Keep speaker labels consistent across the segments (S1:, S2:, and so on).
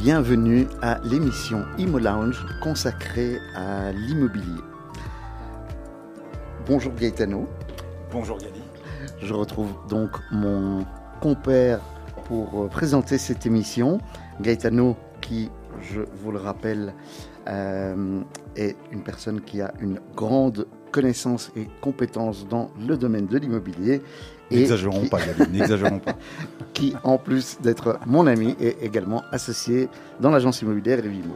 S1: bienvenue à l'émission Imo Lounge consacrée à l'immobilier. Bonjour Gaetano.
S2: Bonjour Gali.
S1: Je retrouve donc mon compère pour présenter cette émission. Gaetano qui, je vous le rappelle, est une personne qui a une grande connaissance et compétence dans le domaine de l'immobilier.
S2: N'exagérons pas, Gali, n'exagérons pas.
S1: Qui, en plus d'être mon ami, est également associé dans l'agence immobilière Vimo.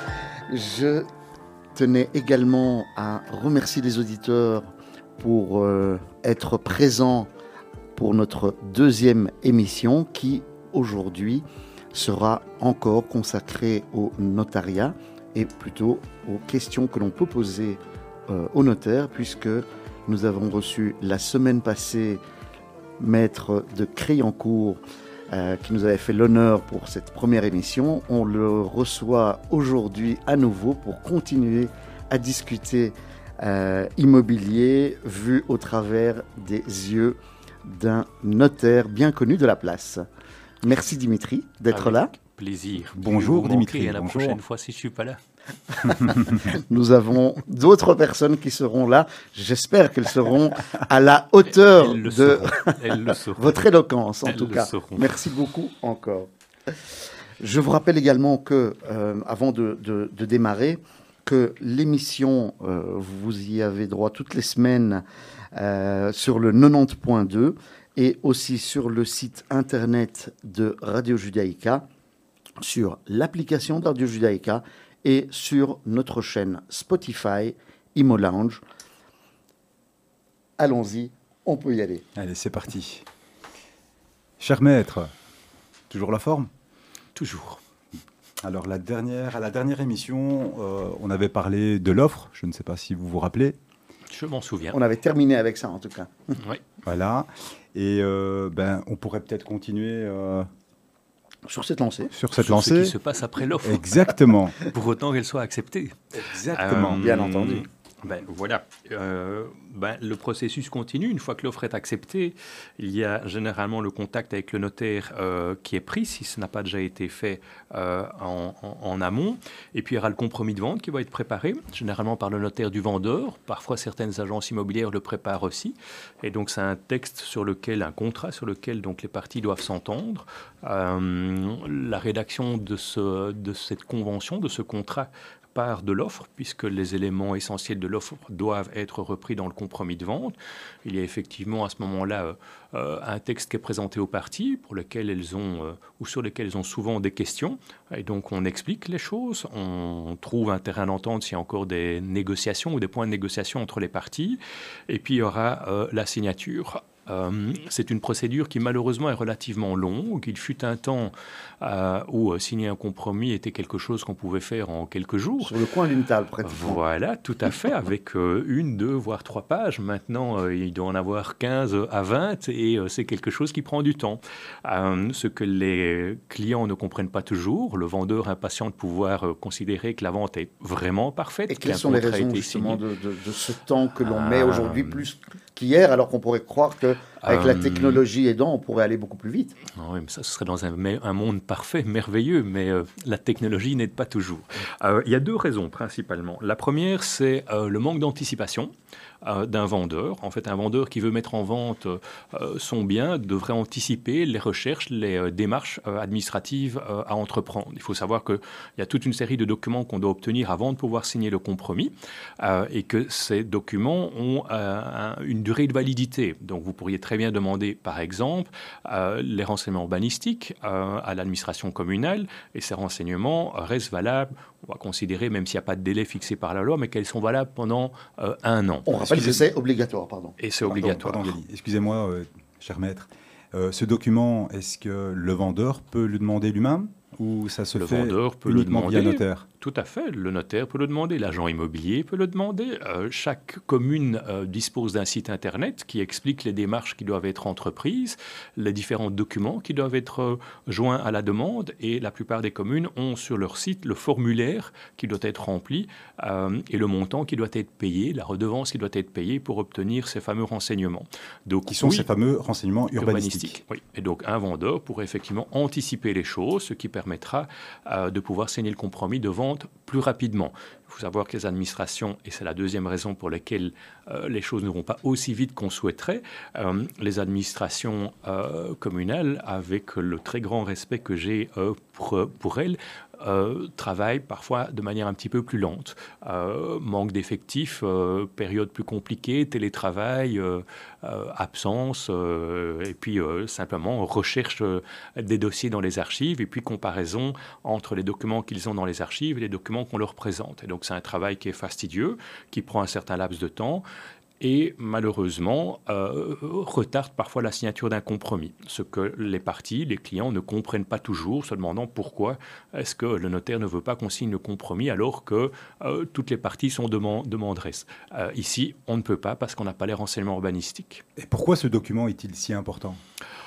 S1: Je tenais également à remercier les auditeurs pour être présents pour notre deuxième émission qui, aujourd'hui, sera encore consacrée au notariat et plutôt aux questions que l'on peut poser au notaire, puisque nous avons reçu la semaine passée Maître de Créancourt qui nous avait fait l'honneur pour cette première émission. On le reçoit aujourd'hui à nouveau pour continuer à discuter immobilier vu au travers des yeux d'un notaire bien connu de la place. Merci Dimitri d'être là.
S3: Plaisir.
S2: Bonjour Dimitri.
S3: À la prochaine fois si je ne suis pas là.
S1: Nous avons d'autres personnes qui seront là. J'espère qu'elles seront à la hauteur de votre éloquence, en tout cas. Merci beaucoup encore. Je vous rappelle également que, avant de démarrer, que l'émission, vous y avez droit toutes les semaines sur le 90.2 et aussi sur le site internet de Radio Judaïka, sur l'application de Radio Judaïka et sur notre chaîne Spotify, Imo Lounge. Allons-y, on peut y aller.
S2: Allez, c'est parti. Cher maître, toujours la forme ?
S3: Toujours.
S2: Alors, à la dernière émission, on avait parlé de l'offre. Je ne sais pas si vous vous rappelez.
S3: Je m'en souviens.
S1: On avait terminé avec ça, en tout cas.
S3: Oui.
S2: Voilà. Et on pourrait peut-être continuer...
S1: Sur cette lancée.
S2: Sur ce
S3: qui se passe après l'offre.
S2: Exactement.
S3: Pour autant qu'elle soit acceptée.
S2: Exactement.
S1: Bien entendu.
S3: Voilà. Le processus continue. Une fois que l'offre est acceptée, il y a généralement le contact avec le notaire qui est pris, si ce n'a pas déjà été fait en amont. Et puis, il y aura le compromis de vente qui va être préparé, généralement par le notaire du vendeur. Parfois, certaines agences immobilières le préparent aussi. Et donc, c'est un texte un contrat sur lequel donc, les parties doivent s'entendre. La rédaction de cette convention, de ce contrat, part de l'offre, puisque les éléments essentiels de l'offre doivent être repris dans le compromis de vente. Il y a effectivement à ce moment-là un texte qui est présenté aux parties pour lequel elles ont, ou sur lesquels elles ont souvent des questions. Et donc on explique les choses, on trouve un terrain d'entente s'il y a encore des négociations ou des points de négociation entre les parties. Et puis il y aura la signature. C'est une procédure qui malheureusement est relativement longue. Il fut un temps où signer un compromis était quelque chose qu'on pouvait faire en quelques jours.
S1: Sur le coin d'une table, pratiquement.
S3: Voilà, tout à fait, avec 1, 2, voire 3 pages. Maintenant, il doit en avoir 15 à 20 et c'est quelque chose qui prend du temps. Ce que les clients ne comprennent pas toujours, le vendeur impatient de pouvoir considérer que la vente est vraiment parfaite.
S1: Et quelles sont les raisons justement de ce temps que l'on met aujourd'hui plus qu'hier, alors qu'on pourrait croire qu'avec la technologie aidant, on pourrait aller beaucoup plus vite.
S3: Oui, mais ça, ce serait dans un monde parfait, merveilleux, mais la technologie n'aide pas toujours. Il y a 2 raisons principalement. La première, c'est le manque d'anticipation d'un vendeur. En fait, un vendeur qui veut mettre en vente son bien devrait anticiper les recherches, les démarches administratives à entreprendre. Il faut savoir qu'il y a toute une série de documents qu'on doit obtenir avant de pouvoir signer le compromis et que ces documents ont une durée de validité. Donc, vous pourriez très bien demander, par exemple, les renseignements urbanistiques à l'administration communale et ces renseignements restent valables. On va considérer, même s'il n'y a pas de délai fixé par la loi, mais qu'elles sont valables pendant 1 an.
S1: On rappelle que c'est obligatoire, pardon.
S3: Et c'est obligatoire.
S2: Pardon, excusez-moi, cher maître. Ce document, est-ce que le vendeur peut le demander lui-même ou ça se fait
S3: vendeur peut
S2: uniquement
S3: le demander,
S2: via notaire ?
S3: Tout à fait. Le notaire peut le demander, l'agent immobilier peut le demander. Chaque commune dispose d'un site internet qui explique les démarches qui doivent être entreprises, les différents documents qui doivent être joints à la demande. Et la plupart des communes ont sur leur site le formulaire qui doit être rempli et le montant qui doit être payé, la redevance qui doit être payée pour obtenir ces fameux renseignements.
S2: Donc, qui sont ces fameux renseignements urbanistiques.
S3: Oui. Et donc un vendeur pourrait effectivement anticiper les choses, ce qui permettra de pouvoir signer le compromis de vente plus rapidement. Il faut savoir que les administrations, et c'est la deuxième raison pour laquelle les choses ne vont pas aussi vite qu'on souhaiterait, les administrations communales, avec le très grand respect que j'ai pour elles, travaillent parfois de manière un petit peu plus lente. Manque d'effectifs, période plus compliquée, télétravail, absence, et puis simplement recherche des dossiers dans les archives, et puis comparaison entre les documents qu'ils ont dans les archives et les documents qu'on leur présente. Et donc c'est un travail qui est fastidieux, qui prend un certain laps de temps, et malheureusement retarde parfois la signature d'un compromis. Ce que les parties, les clients ne comprennent pas toujours, se demandant pourquoi est-ce que le notaire ne veut pas qu'on signe le compromis alors que toutes les parties sont demanderesses. Ici, on ne peut pas parce qu'on n'a pas les renseignements urbanistiques.
S2: Et pourquoi ce document est-il si important ?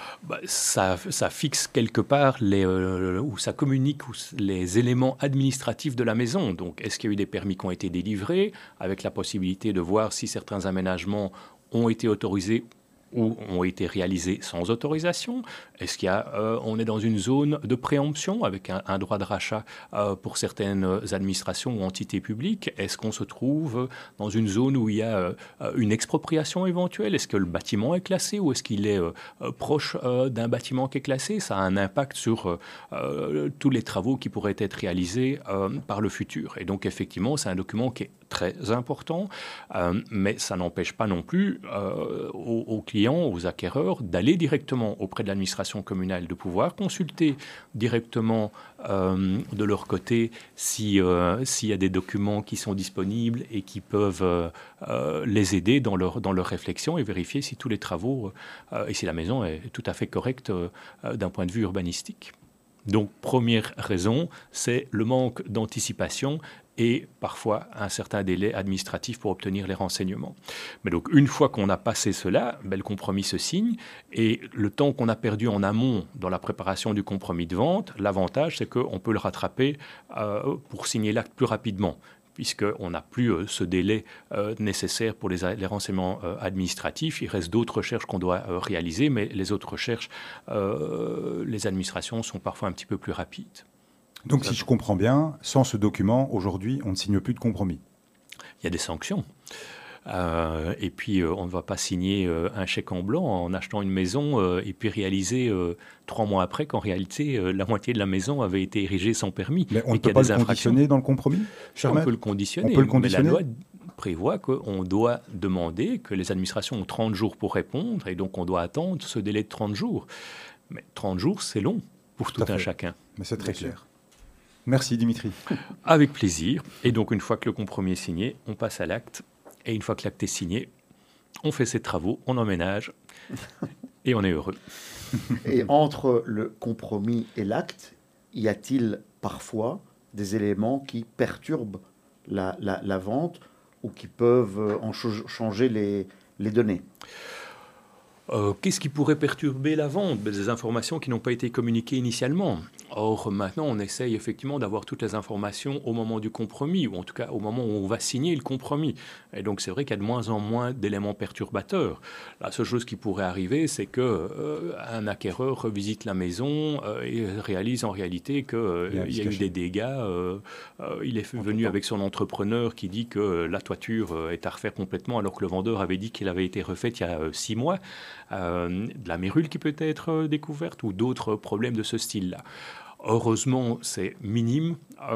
S3: Ça fixe quelque part ou ça communique les éléments administratifs de la maison. Donc, est-ce qu'il y a eu des permis qui ont été délivrés, avec la possibilité de voir si certains aménagements ont été autorisés ou ont été réalisés sans autorisation? Est-ce on est dans une zone de préemption avec un droit de rachat pour certaines administrations ou entités publiques? Est-ce qu'on se trouve dans une zone où il y a une expropriation éventuelle? Est-ce que le bâtiment est classé ou est-ce qu'il est proche d'un bâtiment qui est classé? Ça a un impact sur tous les travaux qui pourraient être réalisés par le futur. Et donc effectivement, c'est un document qui est très important, mais ça n'empêche pas non plus aux clients, aux acquéreurs, d'aller directement auprès de l'administration communale, de pouvoir consulter directement de leur côté s'il y a des documents qui sont disponibles et qui peuvent les aider dans leur réflexion et vérifier si tous les travaux et si la maison est tout à fait correcte d'un point de vue urbanistique. Donc, première raison, c'est le manque d'anticipation et parfois un certain délai administratif pour obtenir les renseignements. Mais donc, une fois qu'on a passé cela, le compromis se signe et le temps qu'on a perdu en amont dans la préparation du compromis de vente, l'avantage, c'est qu'on peut le rattraper pour signer l'acte plus rapidement, puisqu'on n'a plus ce délai nécessaire pour les renseignements administratifs. Il reste d'autres recherches qu'on doit réaliser, mais les autres recherches, les administrations sont parfois un petit peu plus rapides.
S2: Donc, si je comprends bien, sans ce document, aujourd'hui, on ne signe plus de compromis.
S3: Il y a des sanctions. Et puis, on ne va pas signer un chèque en blanc en achetant une maison et puis réaliser 3 mois après qu'en réalité, la moitié de la maison avait été érigée sans permis.
S2: Mais on ne peut pas le conditionner dans le compromis, cher maître ?
S3: On peut le conditionner, mais la loi prévoit qu'on doit demander que les administrations ont 30 jours pour répondre et donc on doit attendre ce délai de 30 jours. Mais 30 jours, c'est long pour tout un chacun.
S2: Mais c'est très clair. Merci Dimitri.
S3: Avec plaisir. Et donc, une fois que le compromis est signé, on passe à l'acte. Et une fois que l'acte est signé, on fait ses travaux, on emménage et on est heureux.
S1: Et entre le compromis et l'acte, y a-t-il parfois des éléments qui perturbent la vente ou qui peuvent en changer les données ?
S3: Qu'est-ce qui pourrait perturber la vente ? Des informations qui n'ont pas été communiquées initialement. Or, maintenant, on essaye effectivement d'avoir toutes les informations au moment du compromis, ou en tout cas au moment où on va signer le compromis. Et donc, c'est vrai qu'il y a de moins en moins d'éléments perturbateurs. La seule chose qui pourrait arriver, c'est qu'un acquéreur revisite la maison et réalise en réalité qu'il y a eu des dégâts. Il est venu avec son entrepreneur qui dit que la toiture est à refaire complètement, alors que le vendeur avait dit qu'elle avait été refaite il y a 6 mois. De la mérule qui peut être découverte ou d'autres problèmes de ce style-là. Heureusement, c'est minime.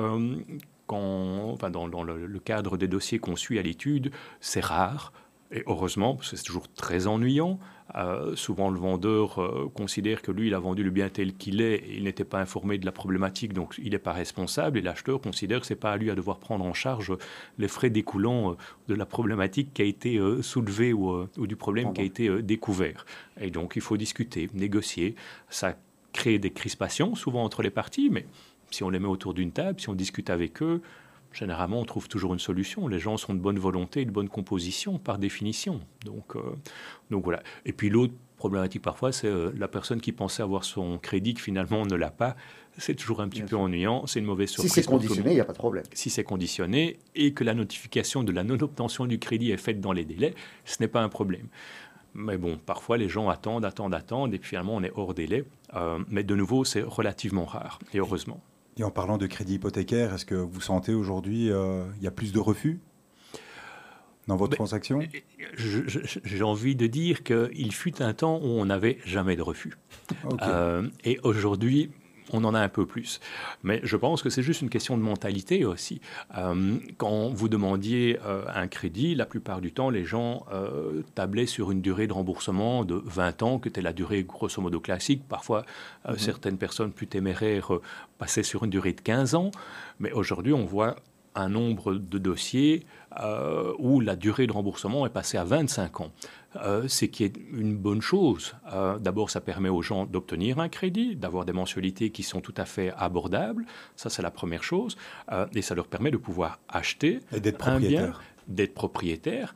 S3: Dans le cadre des dossiers qu'on suit à l'étude, c'est rare. Et heureusement, parce que c'est toujours très ennuyant. Souvent, le vendeur considère que lui, il a vendu le bien tel qu'il est et il n'était pas informé de la problématique, donc il n'est pas responsable. Et l'acheteur considère que ce n'est pas à lui à devoir prendre en charge les frais découlant de la problématique qui a été soulevée ou du problème qui a été découvert. Et donc, il faut discuter, négocier. Ça crée des crispations, souvent entre les parties, mais si on les met autour d'une table, si on discute avec eux, généralement, on trouve toujours une solution. Les gens sont de bonne volonté, de bonne composition, par définition. Donc voilà. Et puis l'autre problématique parfois, c'est la personne qui pensait avoir son crédit, qui finalement ne l'a pas. C'est toujours un petit peu ennuyant. C'est une mauvaise surprise.
S1: Si c'est conditionné, il n'y a pas de problème.
S3: Si c'est conditionné et que la notification de la non-obtention du crédit est faite dans les délais, ce n'est pas un problème. Mais bon, parfois les gens attendent, et puis finalement on est hors délai. Mais de nouveau, c'est relativement rare, et heureusement.
S2: Et en parlant de crédit hypothécaire, est-ce que vous sentez aujourd'hui il y a plus de refus dans votre transaction?
S3: J'ai envie de dire qu'il fut un temps où on n'avait jamais de refus.
S2: Okay.
S3: Et aujourd'hui, on en a un peu plus. Mais je pense que c'est juste une question de mentalité aussi. Quand vous demandiez un crédit, la plupart du temps, les gens tablaient sur une durée de remboursement de 20 ans, qui était la durée grosso modo classique. Parfois, certaines personnes plus téméraires passaient sur une durée de 15 ans. Mais aujourd'hui, on voit un nombre de dossiers où la durée de remboursement est passée à 25 ans. Ce qui est une bonne chose. D'abord, ça permet aux gens d'obtenir un crédit, d'avoir des mensualités qui sont tout à fait abordables. Ça, c'est la première chose. Et ça leur permet de pouvoir acheter
S2: et d'être
S3: un bien,
S2: propriétaire.
S3: d'être propriétaire.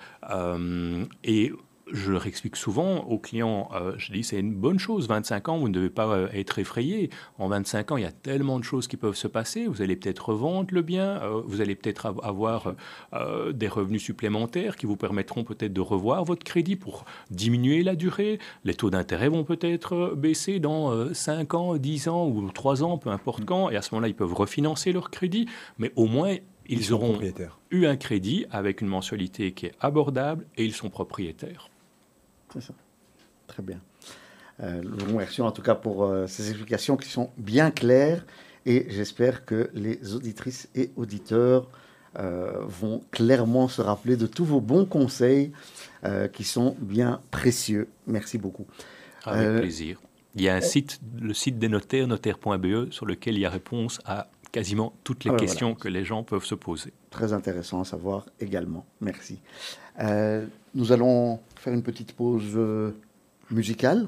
S3: Et je leur explique souvent aux clients, je dis c'est une bonne chose, 25 ans, vous ne devez pas être effrayé. En 25 ans, il y a tellement de choses qui peuvent se passer. Vous allez peut-être revendre le bien, vous allez peut-être avoir des revenus supplémentaires qui vous permettront peut-être de revoir votre crédit pour diminuer la durée. Les taux d'intérêt vont peut-être baisser dans 5 ans, 10 ans ou 3 ans, peu importe quand. Et à ce moment-là, ils peuvent refinancer leur crédit. Mais au moins, ils auront eu un crédit avec une mensualité qui est abordable et ils sont propriétaires.
S1: C'est ça. Très bien. Nous vous remercions en tout cas pour ces explications qui sont bien claires et j'espère que les auditrices et auditeurs vont clairement se rappeler de tous vos bons conseils qui sont bien précieux. Merci beaucoup.
S3: Avec plaisir. Il y a un site, le site des notaires, notaire.be, sur lequel il y a réponse à quasiment toutes les questions que les gens peuvent se poser.
S1: Très intéressant à savoir également. Merci. Nous allons faire une petite pause musicale.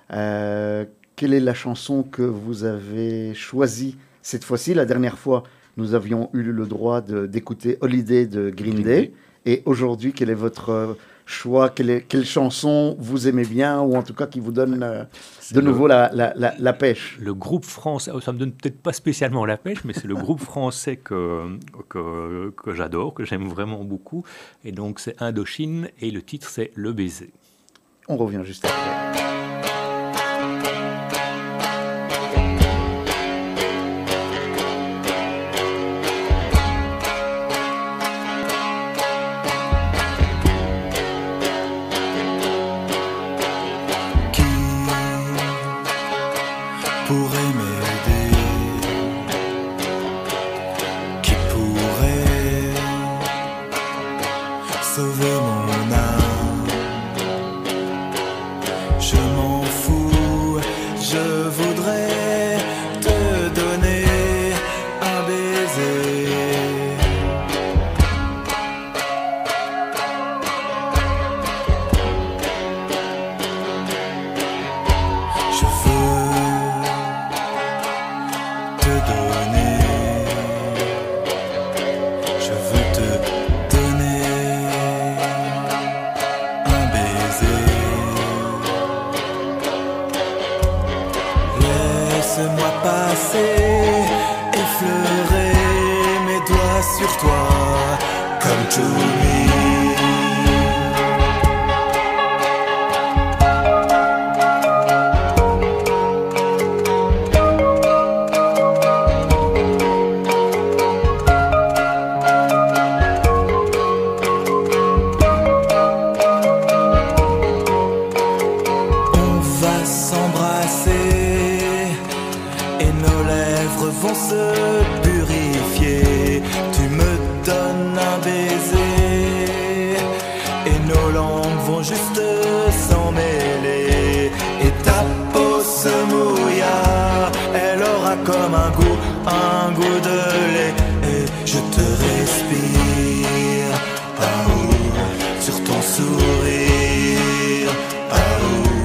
S1: Quelle est la chanson que vous avez choisie cette fois-ci? La dernière fois, nous avions eu le droit d'écouter Holiday de Green Day. Et aujourd'hui, quel est votre choix? Quelle chanson vous aimez bien ou en tout cas qui vous donne de nouveau la pêche?
S3: Le groupe français, ça me donne peut-être pas spécialement la pêche, mais c'est le groupe français que j'adore, que j'aime vraiment beaucoup. Et donc c'est Indochine et le titre c'est Le Baiser.
S1: On revient juste après.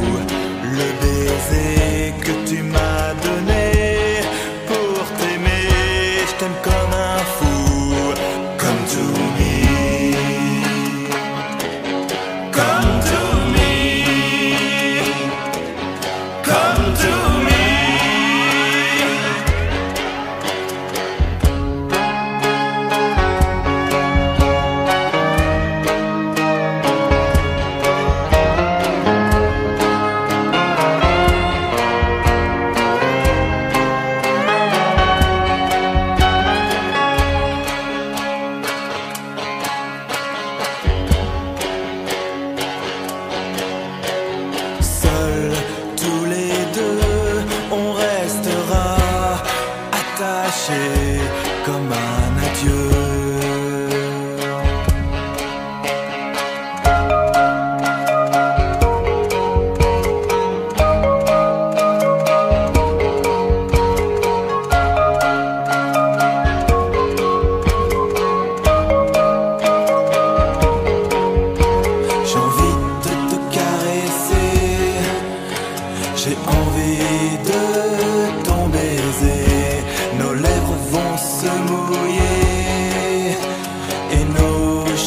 S4: Le baiser que tu m'as donné pour t'aimer.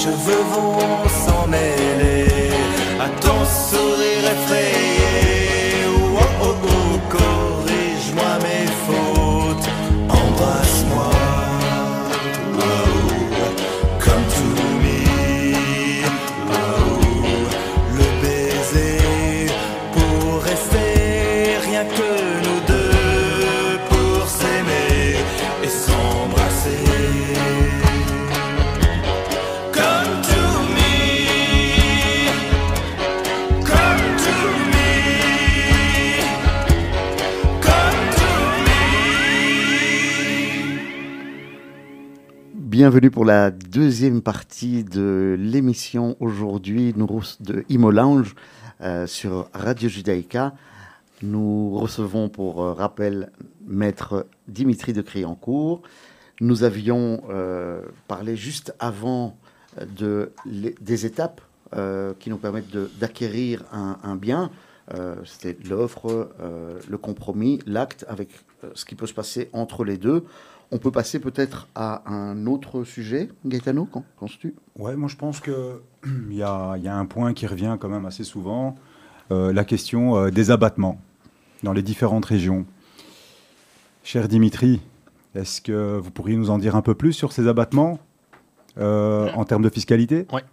S4: cheveux vont s'en mêler à ton sourire effrayé. Oh oh oh, corrige-moi mes fautes, embrasse-moi. Oh, come to me. Oh, le baiser pour rester rien que nous deux, pour s'aimer et s'embrasser. Come to me, come to me, come to me.
S1: Bienvenue pour la deuxième partie de l'émission aujourd'hui de Imo Lounge sur Radio Judaïka. Nous recevons pour rappel Maître Dimitri de Criancourt. Nous avions parlé juste avant des étapes qui nous permettent d'acquérir un bien. C'était l'offre, le compromis, l'acte, avec ce qui peut se passer entre les deux. On peut passer peut-être à un autre sujet. Gaetano, qu'en penses-tu ?
S2: Ouais, moi je pense qu'il y a un point qui revient quand même assez souvent, la question des abattements dans les différentes régions. Cher Dimitri, est-ce que vous pourriez nous en dire un peu plus sur ces abattements en termes de fiscalité ?
S3: Oui.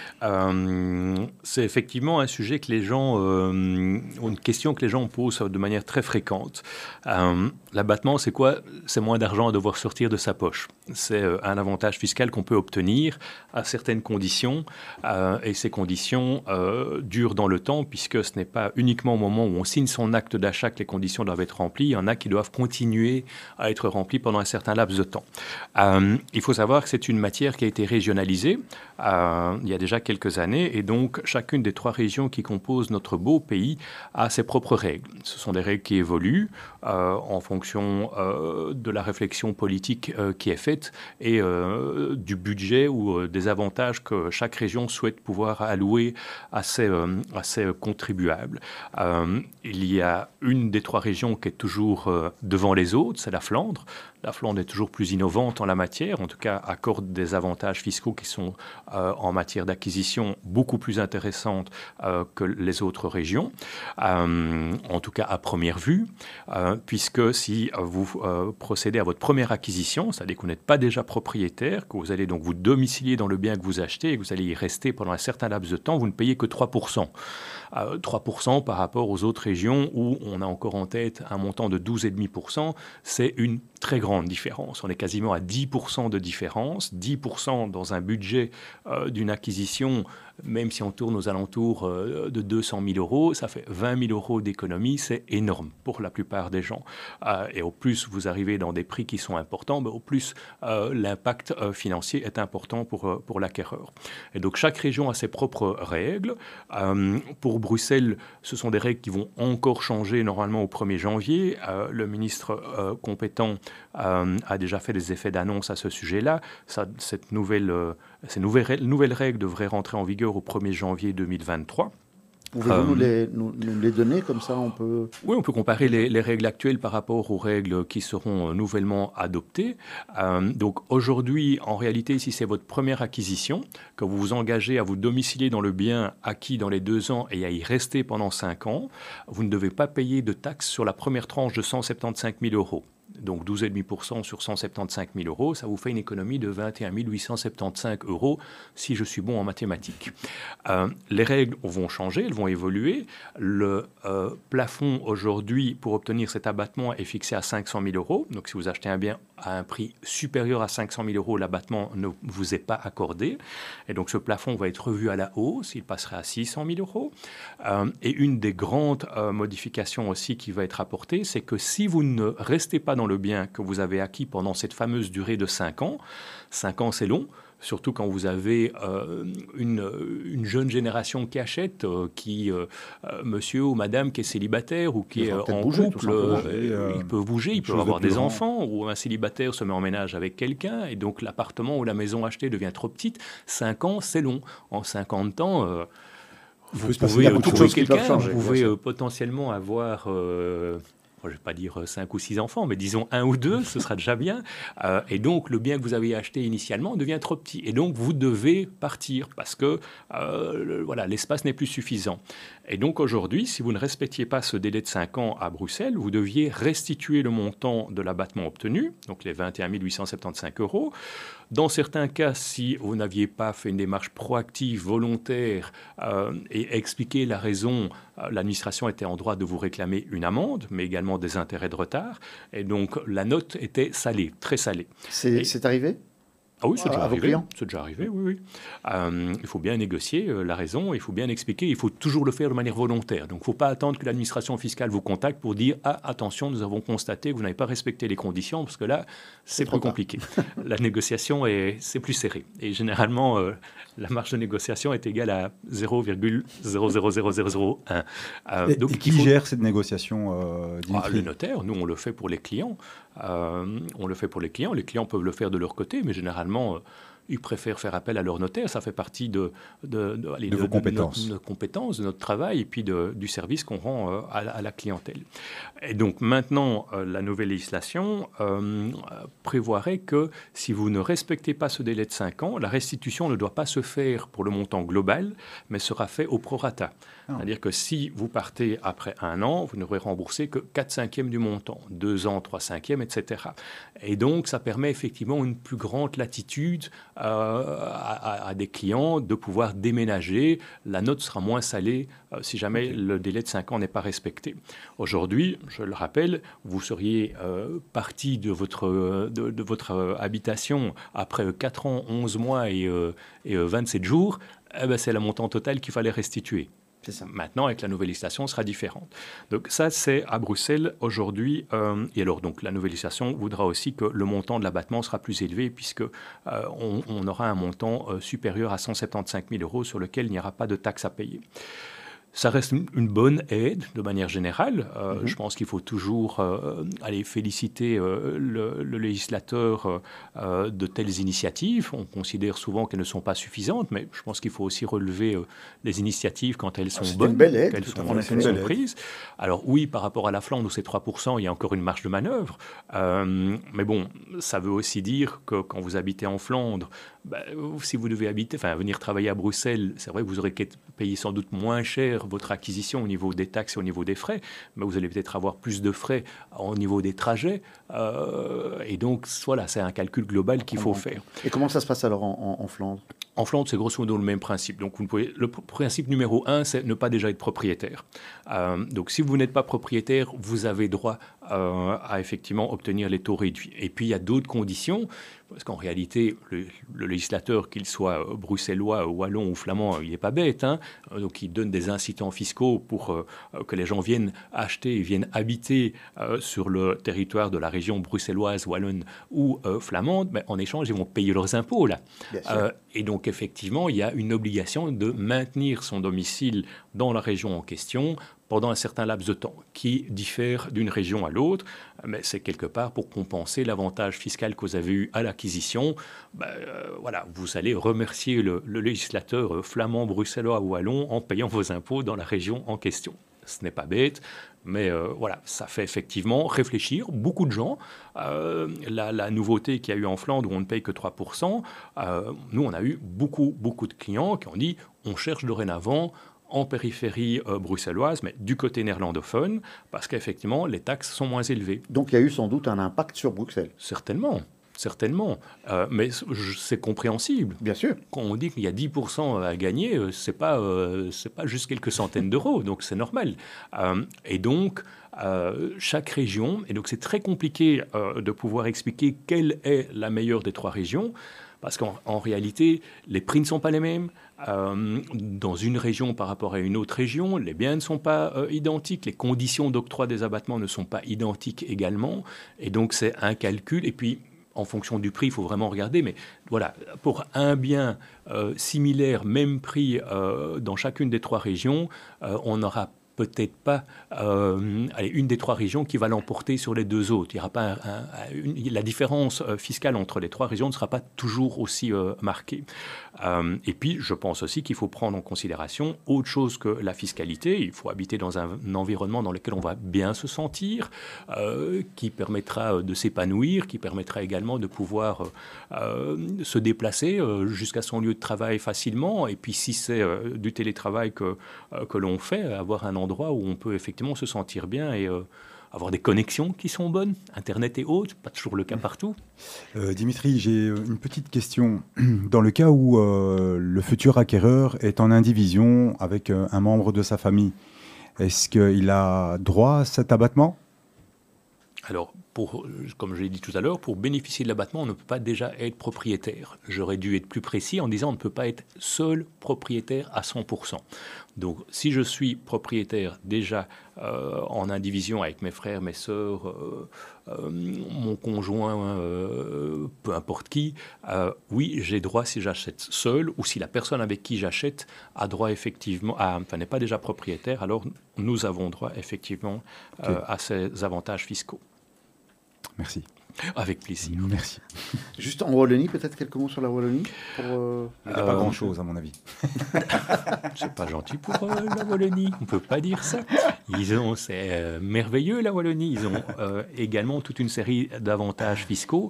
S3: C'est effectivement un sujet que les gens, une question que les gens posent de manière très fréquente. L'abattement, c'est quoi ? C'est moins d'argent à devoir sortir de sa poche. C'est un avantage fiscal qu'on peut obtenir à certaines conditions, et ces conditions durent dans le temps, puisque ce n'est pas uniquement au moment où on signe son acte d'achat que les conditions doivent être remplies. Il y en a qui doivent continuer à être remplies pendant un certain laps de temps. Il faut savoir que c'est une matière qui a été régionalisée il y a déjà quelques années, et donc chacune des 3 régions qui composent notre beau pays a ses propres règles. Ce sont des règles qui évoluent en fonction de la réflexion politique qui est faite et du budget ou des avantages que chaque région souhaite pouvoir allouer à ses contribuables. Il y a une des 3 régions qui est toujours devant les autres, c'est la Flandre. La Flandre est toujours plus innovante en la matière, en tout cas accorde des avantages fiscaux qui sont en matière d'acquisition beaucoup plus intéressantes que les autres régions, en tout cas à première vue, puisque si vous procédez à votre première acquisition, c'est-à-dire que vous n'êtes pas déjà propriétaire, que vous allez donc vous domicilier dans le bien que vous achetez et que vous allez y rester pendant un certain laps de temps, vous ne payez que 3%. 3% par rapport aux autres régions où on a encore en tête un montant de 12,5%, c'est une très grande différence. On est quasiment à 10% de différence, 10% dans un budget d'une acquisition, même si on tourne aux alentours de 200 000 euros, ça fait 20 000 euros d'économie, c'est énorme pour la plupart des gens. Et au plus vous arrivez dans des prix qui sont importants, au plus l'impact financier est important pour l'acquéreur. Et donc chaque région a ses propres règles. Pour Bruxelles, ce sont des règles qui vont encore changer normalement au 1er janvier. Le ministre compétent a déjà fait des effets d'annonce à ce sujet-là. Ces nouvelles règles devraient rentrer en vigueur au 1er janvier 2023.
S1: Pouvez-vous nous les donner, comme ça on peut...
S3: Oui, on peut comparer les règles actuelles par rapport aux règles qui seront nouvellement adoptées. Donc aujourd'hui, en réalité, si c'est votre première acquisition, que vous vous engagez à vous domicilier dans le bien acquis dans les 2 ans et à y rester pendant 5 ans, vous ne devez pas payer de taxes sur la première tranche de 175 000 euros. Donc 12,5% sur 175 000 euros, ça vous fait une économie de 21 875 euros si je suis bon en mathématiques. Les règles vont changer, elles vont évoluer. Le plafond aujourd'hui pour obtenir cet abattement est fixé à 500 000 euros. Donc si vous achetez un bien à un prix supérieur à 500 000 euros, l'abattement ne vous est pas accordé. Et donc ce plafond va être revu à la hausse, il passerait à 600 000 euros. Et une des grandes modifications aussi qui va être apportée, c'est que si vous ne restez pas dans le bien que vous avez acquis pendant cette fameuse durée de 5 ans, 5 ans c'est long, surtout quand vous avez une jeune génération qui achète, monsieur ou madame qui est célibataire ou qui est en couple, il peut bouger, il peut avoir des enfants, ou un célibataire se met en ménage avec quelqu'un, et donc l'appartement ou la maison achetée devient trop petite. 5 ans, c'est long. En 50 ans... vous pouvez trouver quelqu'un, vous pouvez potentiellement avoir je ne vais pas dire 5 ou 6 enfants, mais disons 1 ou 2, ce sera déjà bien. Et donc, le bien que vous avez acheté initialement devient trop petit. Et donc, vous devez partir parce que l'espace n'est plus suffisant. Et donc, aujourd'hui, si vous ne respectiez pas ce délai de 5 ans à Bruxelles, vous deviez restituer le montant de l'abattement obtenu, donc les 21 875 €. Dans certains cas, si vous n'aviez pas fait une démarche proactive, volontaire, et expliqué la raison, l'administration était en droit de vous réclamer une amende, mais également des intérêts de retard. Et donc, la note était salée, très salée.
S1: C'est arrivé ?
S3: Ah oui, c'est déjà
S1: à vos
S3: arrivé.
S1: clients ?
S3: C'est déjà arrivé, oui. Il faut bien négocier la raison, il faut bien expliquer, il faut toujours le faire de manière volontaire. Donc, il ne faut pas attendre que l'administration fiscale vous contacte pour dire « Ah, attention, nous avons constaté que vous n'avez pas respecté les conditions », parce que là, c'est plus compliqué. La négociation, c'est plus serré. Et généralement, la marge de négociation est égale à 0,000001.
S2: Et qui gère cette négociation, Dimitri ?
S3: Le notaire, nous, on le fait pour les clients. Les clients peuvent le faire de leur côté, mais généralement, ils préfèrent faire appel à leur notaire. Ça fait partie de
S2: vos compétences.
S3: De nos compétences, de notre travail et puis du service qu'on rend à la clientèle. Et donc maintenant, la nouvelle législation prévoirait que si vous ne respectez pas ce délai de 5 ans, la restitution ne doit pas se faire pour le montant global, mais sera fait au prorata. C'est-à-dire que si vous partez après 1 an, vous n'aurez remboursé que 4/5 du montant, 2 ans, 3/5, etc. Et donc, ça permet effectivement une plus grande latitude à des clients de pouvoir déménager. La note sera moins salée si jamais le délai de 5 ans n'est pas respecté. Aujourd'hui, je le rappelle, vous seriez parti de votre habitation après 4 ans, 11 mois et 27 jours. C'est le montant total qu'il fallait restituer.
S1: C'est ça.
S3: Maintenant, avec la nouvelle législation, sera différente. Donc ça, c'est à Bruxelles aujourd'hui. Et alors, donc, la nouvelle législation voudra aussi que le montant de l'abattement sera plus élevé puisque on aura un montant supérieur à 175 000 € sur lequel il n'y aura pas de taxe à payer. Ça reste une bonne aide de manière générale. Je pense qu'il faut toujours aller féliciter le législateur de telles initiatives. On considère souvent qu'elles ne sont pas suffisantes, mais je pense qu'il faut aussi relever les initiatives quand elles sont bonnes,
S1: une belle aide,
S3: qu'elles sont prises. Alors oui, par rapport à la Flandre où c'est 3%, il y a encore une marge de manœuvre. Mais bon, ça veut aussi dire que quand vous habitez en Flandre, si vous devez venir travailler à Bruxelles, c'est vrai que vous aurez payé sans doute moins cher votre acquisition au niveau des taxes et au niveau des frais, mais vous allez peut-être avoir plus de frais au niveau des trajets. Et donc, voilà, c'est un calcul global qu'il faut faire.
S1: Et comment ça se passe alors en Flandre ?
S3: En Flandre, c'est grosso modo le même principe. Donc, le principe numéro 1, c'est ne pas déjà être propriétaire. Donc, si vous n'êtes pas propriétaire, vous avez droit à effectivement obtenir les taux réduits. Et puis, il y a d'autres conditions, parce qu'en réalité, le législateur, qu'il soit bruxellois, wallon ou flamand, il n'est pas bête. Donc, il donne des incitants fiscaux pour que les gens viennent acheter et viennent habiter sur le territoire de la région bruxelloise, wallonne ou flamande. Mais en échange, ils vont payer leurs impôts, là. Et donc, effectivement, il y a une obligation de maintenir son domicile dans la région en question pendant un certain laps de temps, qui diffère d'une région à l'autre, mais c'est quelque part pour compenser l'avantage fiscal que vous avez eu à l'acquisition. Vous allez remercier le législateur flamand, bruxellois ou wallon en payant vos impôts dans la région en question. Ce n'est pas bête, mais ça fait effectivement réfléchir beaucoup de gens. La nouveauté qu'il y a eu en Flandre, où on ne paye que 3%, nous, on a eu beaucoup de clients qui ont dit « on cherche dorénavant » en périphérie bruxelloise, mais du côté néerlandophone, parce qu'effectivement, les taxes sont moins élevées.
S1: Donc, il y a eu sans doute un impact sur Bruxelles.
S3: Certainement. Mais c'est compréhensible.
S1: Bien sûr.
S3: Quand on dit qu'il y a 10% à gagner, c'est pas juste quelques centaines d'euros, donc c'est normal. Et donc, chaque région, et donc c'est très compliqué de pouvoir expliquer quelle est la meilleure des 3 régions, parce qu'en réalité, les prix ne sont pas les mêmes. Dans une région par rapport à une autre région, les biens ne sont pas identiques, les conditions d'octroi des abattements ne sont pas identiques également, et donc c'est un calcul, et puis en fonction du prix, il faut vraiment regarder, mais voilà, pour un bien similaire, même prix dans chacune des 3 régions, on n'aura peut-être pas une des 3 régions qui va l'emporter sur les 2 autres. Il y aura pas la différence fiscale entre les 3 régions ne sera pas toujours aussi marquée. Et puis, je pense aussi qu'il faut prendre en considération autre chose que la fiscalité. Il faut habiter dans un environnement dans lequel on va bien se sentir, qui permettra de s'épanouir, qui permettra également de pouvoir se déplacer jusqu'à son lieu de travail facilement. Et puis, si c'est du télétravail que l'on fait, avoir un endroit où on peut effectivement se sentir bien et avoir des connexions qui sont bonnes, Internet et autres, pas toujours le cas partout.
S2: Dimitri, j'ai une petite question. Dans le cas où le futur acquéreur est en indivision avec un membre de sa famille, est-ce qu'il a droit à cet abattement ?
S3: Alors, comme je l'ai dit tout à l'heure, pour bénéficier de l'abattement, on ne peut pas déjà être propriétaire. J'aurais dû être plus précis en disant on ne peut pas être seul propriétaire à 100%. Donc, si je suis propriétaire déjà en indivision avec mes frères, mes sœurs, mon conjoint, peu importe qui, oui, j'ai droit si j'achète seul ou si la personne avec qui j'achète a droit effectivement, n'est pas déjà propriétaire, alors nous avons droit effectivement à ces avantages fiscaux.
S2: Merci.
S3: Avec plaisir.
S2: Merci.
S1: Juste en Wallonie, peut-être quelques mots sur la Wallonie pour,
S2: Il n'y a pas grand-chose, à mon avis.
S3: C'est pas gentil pour la Wallonie, on ne peut pas dire ça. C'est merveilleux, la Wallonie. Ils ont également toute une série d'avantages fiscaux.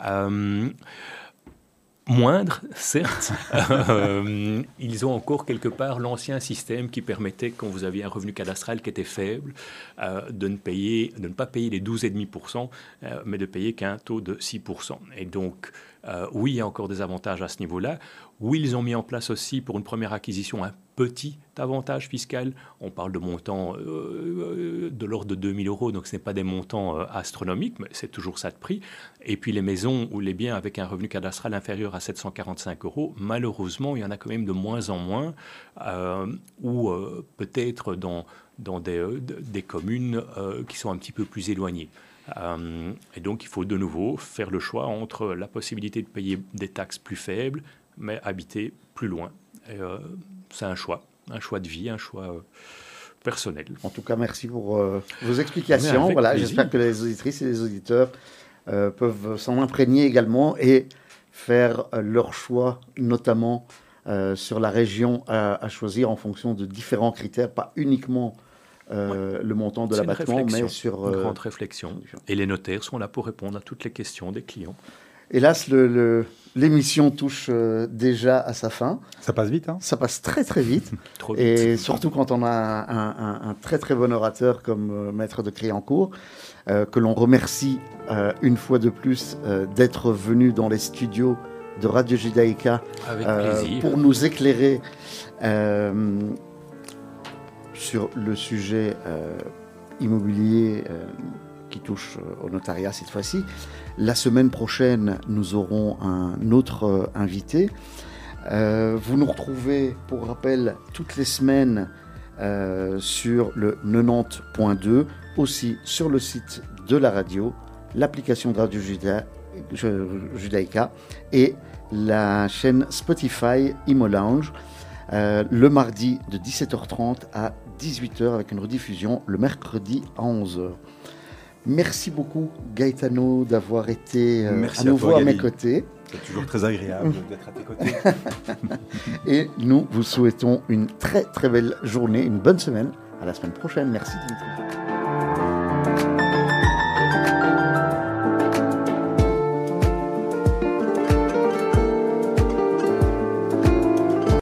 S3: Moindres, certes. Ils ont encore quelque part l'ancien système qui permettait, quand vous aviez un revenu cadastral qui était faible, de ne pas payer les 12,5%, mais de payer qu'un taux de 6%. Et donc, oui, il y a encore des avantages à ce niveau-là. Oui, ils ont mis en place aussi, pour une première acquisition, un petit avantage fiscal. On parle de montants de l'ordre de 2 000 €, donc ce n'est pas des montants astronomiques, mais c'est toujours ça de prix. Et puis les maisons ou les biens avec un revenu cadastral inférieur à 745 €, malheureusement, il y en a quand même de moins en moins, ou peut-être dans des communes qui sont un petit peu plus éloignées. Et donc, il faut de nouveau faire le choix entre la possibilité de payer des taxes plus faibles, mais habiter plus loin. Et, c'est un choix de vie, un choix personnel.
S1: En tout cas, merci pour vos explications.
S3: Voilà,
S1: j'espère que les auditrices et les auditeurs peuvent s'en imprégner également et faire leur choix, notamment sur la région à choisir en fonction de différents critères, pas uniquement le montant de l'abattement, mais sur...
S3: une grande réflexion. Et les notaires sont là pour répondre à toutes les questions des clients.
S1: Hélas, l'émission touche déjà à sa fin.
S2: Ça passe vite, hein ?
S1: Ça passe très très vite.
S3: Trop vite.
S1: Et surtout quand on a un très très bon orateur comme Maître de Créancourt, que l'on remercie une fois de plus d'être venu dans les studios de Radio Judaïka pour nous éclairer sur le sujet immobilier qui touche au notariat cette fois-ci. La semaine prochaine, nous aurons un autre invité. Vous nous retrouvez, pour rappel, toutes les semaines sur le 90.2, aussi sur le site de la radio, l'application de Radio Judaïka et la chaîne Spotify Imo Lounge, le mardi de 17h30 à 18h avec une rediffusion le mercredi à 11h. Merci beaucoup Gaetano d'avoir été à nouveau à mes côtés.
S2: C'est toujours très agréable d'être à tes côtés.
S1: Et nous vous souhaitons une très très belle journée, une bonne semaine. À la semaine prochaine. Merci Dimitri.